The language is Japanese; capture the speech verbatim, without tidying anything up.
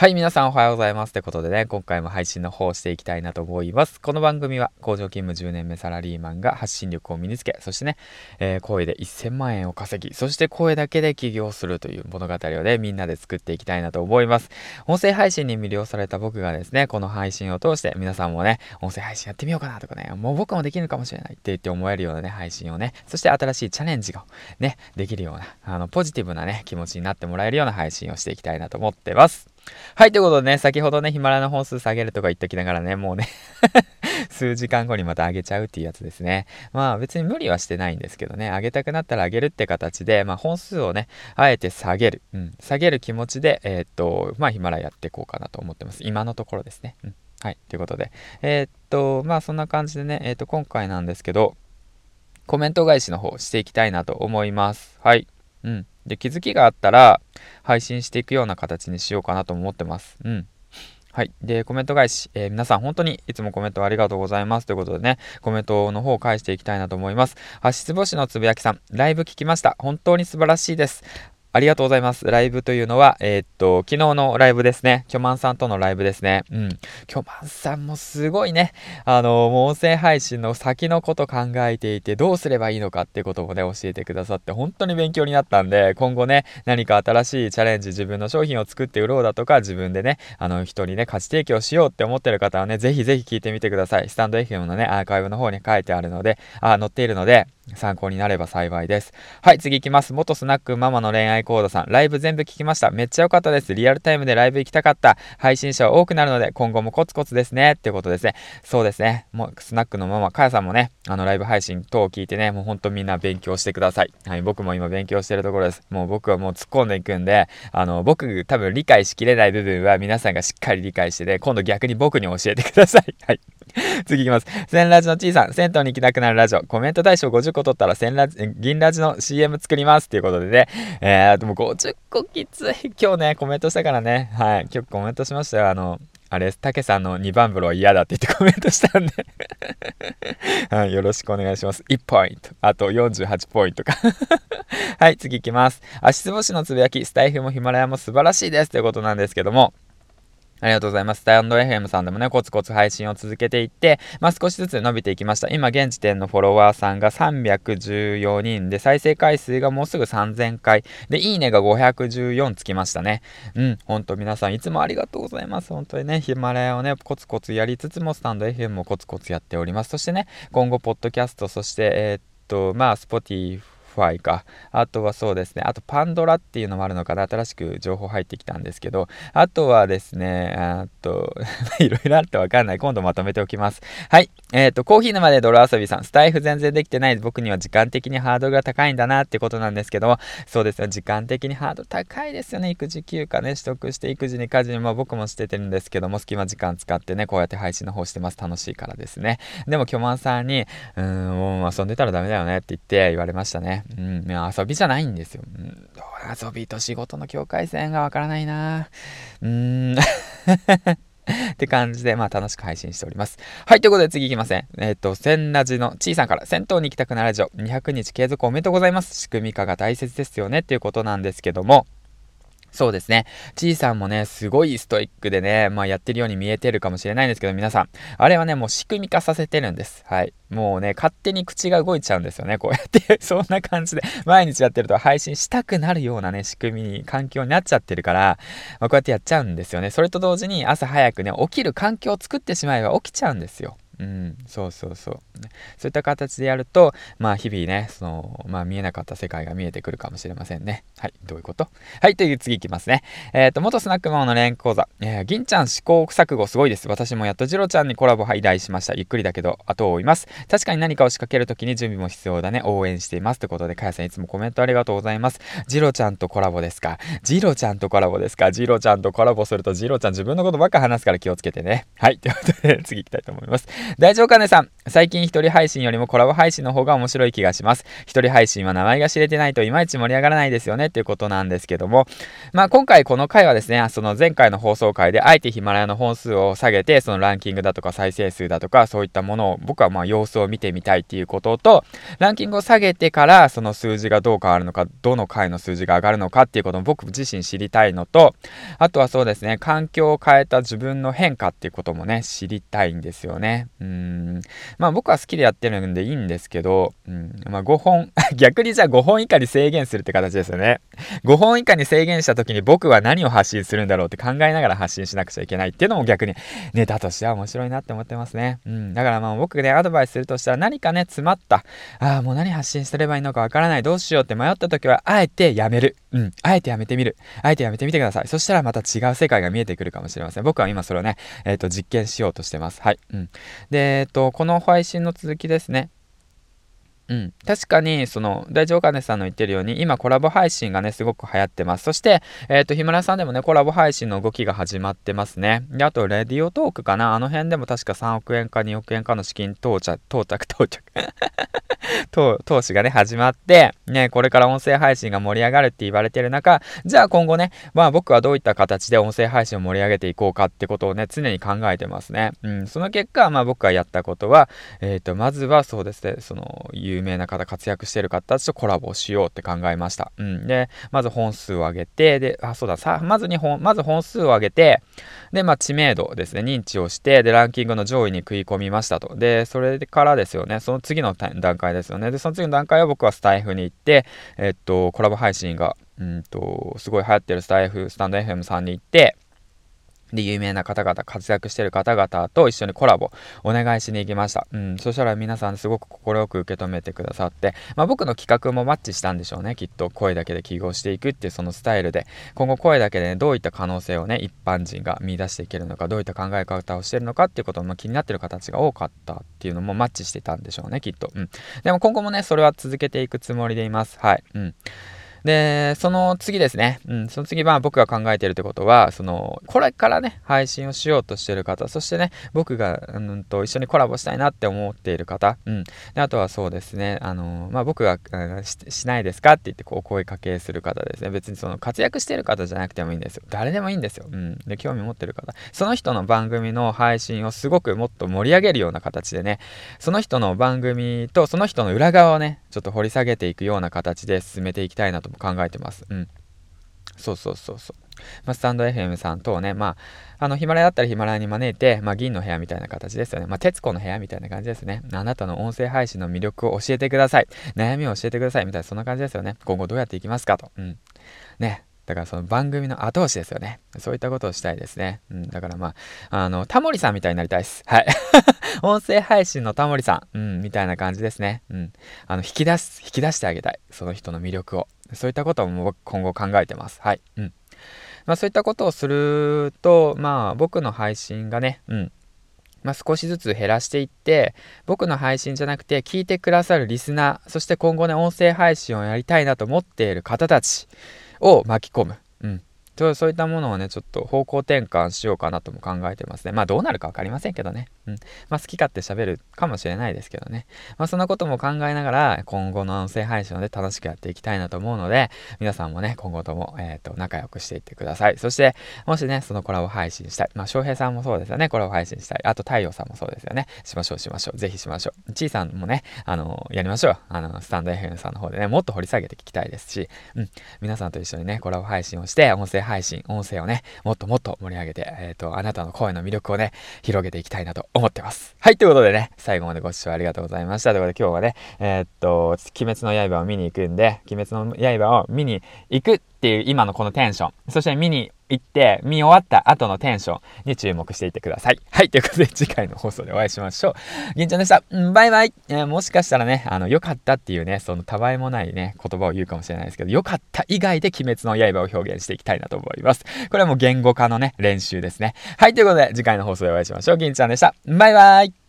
はい、皆さんおはようございます。ということでね、今回も配信の方をしていきたいなと思います。この番組は工場勤務じゅうねんめサラリーマンが発信力を身につけ、そしてね、えー、声でせんまんえんを稼ぎ、そして声だけで起業するという物語をね、みんなで作っていきたいなと思います。音声配信に魅了された僕がですね、この配信を通して皆さんもね、音声配信やってみようかなとかね、もう僕もできるかもしれないって言って思えるようなね、配信をね、そして新しいチャレンジがね、できるような、あの、ポジティブなね、気持ちになってもらえるような配信をしていきたいなと思ってます。はい、ということでね、先ほどね、ヒマラヤの本数下げるとか言っときながらね、もうね数時間後にまた上げちゃうっていうやつですね。まあ別に無理はしてないんですけどね、上げたくなったら上げるって形で、まあ本数をね、あえて下げる、うん、下げる気持ちで、えー、っと、まあヒマラヤやっていこうかなと思ってます。今のところですね。うん、はい、ということで、えー、っと、まあそんな感じでね、えー、っと、今回なんですけど、コメント返しの方していきたいなと思います。はい。うん。で、気づきがあったら、配信していくような形にしようかなと思ってます。うん。はい。で、コメント返し、えー、皆さん本当にいつもコメントありがとうございますということでね、コメントの方を返していきたいなと思います。はしつぼしのつぶやきさん、ライブ聞きました。本当に素晴らしいです。ありがとうございます。ライブというのは、えー、っと、昨日のライブですね。キョマンさんとのライブですね。うん。キョマンさんもすごいね、あの、もう音声配信の先のこと考えていて、どうすればいいのかってこともね、教えてくださって、本当に勉強になったんで、今後ね、何か新しいチャレンジ、自分の商品を作って売ろうだとか、自分でね、あの、人にね、価値提供しようって思ってる方はね、ぜひぜひ聞いてみてください。スタンド エフエム のね、アーカイブの方に書いてあるので、あ、載っているので、参考になれば幸いです。はい、次行きます。元スナックママの恋愛コードさん。ライブ全部聞きました。めっちゃ良かったです。リアルタイムでライブ行きたかった。配信者は多くなるので、今後もコツコツですね。ってことですね。そうですね。もう、スナックのママ、かやさんもね、あの、ライブ配信等を聞いてね、もうほんとみんな勉強してください。はい、僕も今勉強してるところです。もう僕はもう突っ込んでいくんで、あの、僕多分理解しきれない部分は皆さんがしっかり理解してね、今度逆に僕に教えてください。はい。次いきます。千ラジのちいさん、銭湯に行きたくなるラジオ、コメント大賞ごじゅっこ取ったら千ラジ、銀ラジの シーエム 作りますっていうことでね、えー、でもごじゅっこきつい。今日ね、コメントしたからね、はい、今日コメントしましたよ。あの、あれ、たけさんのにばん風呂は嫌だって言ってコメントしたんではい、よろしくお願いします。いちポイント。あとよんじゅうはちポイントかはい、次いきます。足つぼしのつぶやき、スタイフもヒマラヤも素晴らしいですということなんですけども、ありがとうございます。スタンド エフエム さんでもね、コツコツ配信を続けていって、まあ少しずつ伸びていきました。今、現時点のフォロワーさんがさんびゃくじゅうよにんで、再生回数がもうすぐさんぜんかい。で、いいねがごひゃくじゅうよんつきましたね。うん、ほんと皆さんいつもありがとうございます。本当にね、ヒマラヤをね、コツコツやりつつも、スタンド エフエム もコツコツやっております。そしてね、今後、ポッドキャスト、そして、えー、っと、まあ、スポティファイか。あとはそうですね。あとパンドラっていうのもあるのかな。新しく情報入ってきたんですけど、あとはですね、あと、いろいろあってわかんない。今度まとめておきます。はい。えっ、ー、と、コーヒー沼で泥遊びさん。スタイフ全然できてない僕には時間的にハードルが高いんだなってことなんですけども、そうですよ。時間的にハードル高いですよね。育児休暇ね、取得して育児に家事にも僕もしててるんですけども、隙間時間使ってね、こうやって配信の方してます。楽しいからですね。でも、キョマンさんに、うーん、もう遊んでたらダメだよねって言って言われましたね。うん、いや遊びじゃないんですよ。うん、遊びと仕事の境界線がわからないな。うーんって感じで、まあ楽しく配信しております。はい、ということで次いきません。えっ、ー、と、千ラジのちいさんから、銭湯に行きたくなるラジオ、にひゃくにち継続おめでとうございます。仕組み化が大切ですよねっていうことなんですけども、そうですね。ちいさんもね、すごいストイックでね、まあやってるように見えてるかもしれないんですけど、皆さん、あれはね、もう仕組み化させてるんです。はい。もうね、勝手に口が動いちゃうんですよね、こうやって。そんな感じで、毎日やってると配信したくなるようなね、仕組みに、環境になっちゃってるから、まあ、こうやってやっちゃうんですよね。それと同時に、朝早くね、起きる環境を作ってしまえば起きちゃうんですよ。うん、そうそうそう。そういった形でやると、まあ日々ね、その、まあ見えなかった世界が見えてくるかもしれませんね。はい、どういうこと？はい、という次いきますね。えっ、ー、と、元スナックママの連講座。えー、銀ちゃん試行錯誤すごいです。私もやっとジロちゃんにコラボ依頼しました。ゆっくりだけど、後を追います。確かに何かを仕掛けるときに準備も必要だね。応援しています。ということで、かやさんいつもコメントありがとうございます。ジロちゃんとコラボですか？ジロちゃんとコラボですか？ジロちゃんとコラボすると、ジロちゃん自分のことばっか話すから気をつけてね。はい、ということで、次行きたいと思います。 大丈夫かねさん、最近一人配信よりもコラボ配信の方が面白い気がします。一人配信は名前が知れてないといまいち盛り上がらないですよねっていうことなんですけども、まあ今回この回はですね、その前回の放送回であえてヒマラヤの本数を下げて、そのランキングだとか再生数だとかそういったものを僕はまあ様子を見てみたいっていうことと、ランキングを下げてからその数字がどう変わるのか、どの回の数字が上がるのかっていうことも僕自身知りたいのと、あとはそうですね、環境を変えた自分の変化っていうこともね、知りたいんですよね。うーん。まあ僕は好きでやってるんでいいんですけど、うん、まあごほん、逆にじゃあごほん以下に制限するって形ですよね。ごほん以下に制限した時に僕は何を発信するんだろうって考えながら発信しなくちゃいけないっていうのも逆にネタとしては面白いなって思ってますね。うん。だからまあ僕ね、アドバイスするとしたら何かね、詰まった、ああ、もう何発信すればいいのかわからない、どうしようって迷った時は、あえてやめる。うん。あえてやめてみる。あえてやめてみてください。そしたらまた違う世界が見えてくるかもしれません。僕は今それをね、えっと、実験しようとしてます。はい。うん。で、えっと、この配信の続きですね。うん、確かにその大丈夫かねさんの言ってるように今コラボ配信がねすごく流行ってます。そして、えーと、ヒマラヤさんでもねコラボ配信の動きが始まってますね。であとレディオトークかな、あの辺でも確かさんおくえんかにおくえんかの資金到着到着到着投投資がね始まってね、これから音声配信が盛り上がるって言われてる中、じゃあ今後ね、まあ僕はどういった形で音声配信を盛り上げていこうかってことをね常に考えてますね。うん、その結果まあ僕がやったことは、えーとまずはそうですね、その有名な方、活躍してる方たちとコラボをしようって考えました。うん、でまず本数を上げて、であそうださまずに本まず本数を上げて、でまあ知名度ですね、認知をして、でランキングの上位に食い込みましたと。でそれからですよね、その次の段階ですよね。でその次の段階は僕はスタイフに行って、えっとコラボ配信がうんとすごい流行ってるスタイフスタンド エフエム さんに行って、で有名な方々、活躍してる方々と一緒にコラボお願いしに行きました。うん、そしたら皆さんすごく快く受け止めてくださって、まあ、僕の企画もマッチしたんでしょうね。きっと声だけで起業していくっていうそのスタイルで、今後声だけで、ね、どういった可能性をね一般人が見出していけるのか、どういった考え方をしているのかっていうことも気になってる形が多かったっていうのもマッチしてたんでしょうね、きっと。うん、でも今後もねそれは続けていくつもりでいます。はい。うん。で、その次ですね。うん、その次は僕が考えているってことは、その、これからね、配信をしようとしている方、そしてね、僕が、うんと、一緒にコラボしたいなって思っている方、うん。で、あとはそうですね、あの、まあ、僕が、うん、し、しないですかって言って、こう、声かけする方ですね。別にその、活躍している方じゃなくてもいいんですよ。誰でもいいんですよ。うん。で、興味持ってる方。その人の番組の配信をすごくもっと盛り上げるような形でね、その人の番組と、その人の裏側をね、ちょっと掘り下げていくような形で進めていきたいなと考えてます。うん。そうそうそうそう。まあ、スタンド エフエム さんとね、まあ、あの、ヒマラヤだったらヒマラヤに招いて、まあ、銀の部屋みたいな形ですよね。まあ、徹子の部屋みたいな感じですね。あなたの音声配信の魅力を教えてください。悩みを教えてください。みたいな、そんな感じですよね。今後どうやっていきますかと。うん。ね。だからその番組の後押しですよね。そういったことをしたいですね。うん。だからまあ、あの、タモリさんみたいになりたいです。はい。音声配信のタモリさん。うん。みたいな感じですね。うん。あの、引き出す、引き出してあげたい。その人の魅力を。そういったことも僕今後考えてます。はい。うん。まあそういったことをすると、まあ僕の配信がね、うん。まあ、少しずつ減らしていって、僕の配信じゃなくて聞いてくださるリスナー、そして今後ね、音声配信をやりたいなと思っている方たちを巻き込む。うん。そうそういったものをね、ちょっと方向転換しようかなとも考えてますね。まあどうなるか分かりませんけどね。うん。まあ好き勝手喋るかもしれないですけどね。まあそんなことも考えながら、今後の音声配信をね、楽しくやっていきたいなと思うので、皆さんもね、今後とも、えっと、仲良くしていってください。そして、もしね、そのコラボ配信したい。まあ翔平さんもそうですよね。コラボ配信したい。あと太陽さんもそうですよね。しましょうしましょう。ぜひしましょう。ちいさんもね、あの、やりましょう。あの、スタンド エフエム さんの方でね、もっと掘り下げて聞きたいですし、うん。皆さんと一緒にね、コラボ配信をして、音声配信、音声をね、もっともっと盛り上げて、えっと、あなたの声の魅力をね、広げていきたいなと思ってます。はい、ということでね、最後までご視聴ありがとうございました。ということで今日はね、えー、っと、鬼滅の刃を見に行くんで、鬼滅の刃を見に行くっていう今のこのテンション、そして見に行って見終わった後のテンションに注目していってください。はい、ということで次回の放送でお会いしましょう。銀ちゃんでした。バイバイ、えー、もしかしたらね、あの、良かったっていうね、そのたわいもないね、言葉を言うかもしれないですけど、良かった以外で鬼滅の刃を表現していきたいなと思います。これはもう言語化のね、練習ですね。はい、ということで次回の放送でお会いしましょう。銀ちゃんでした。バイバイ。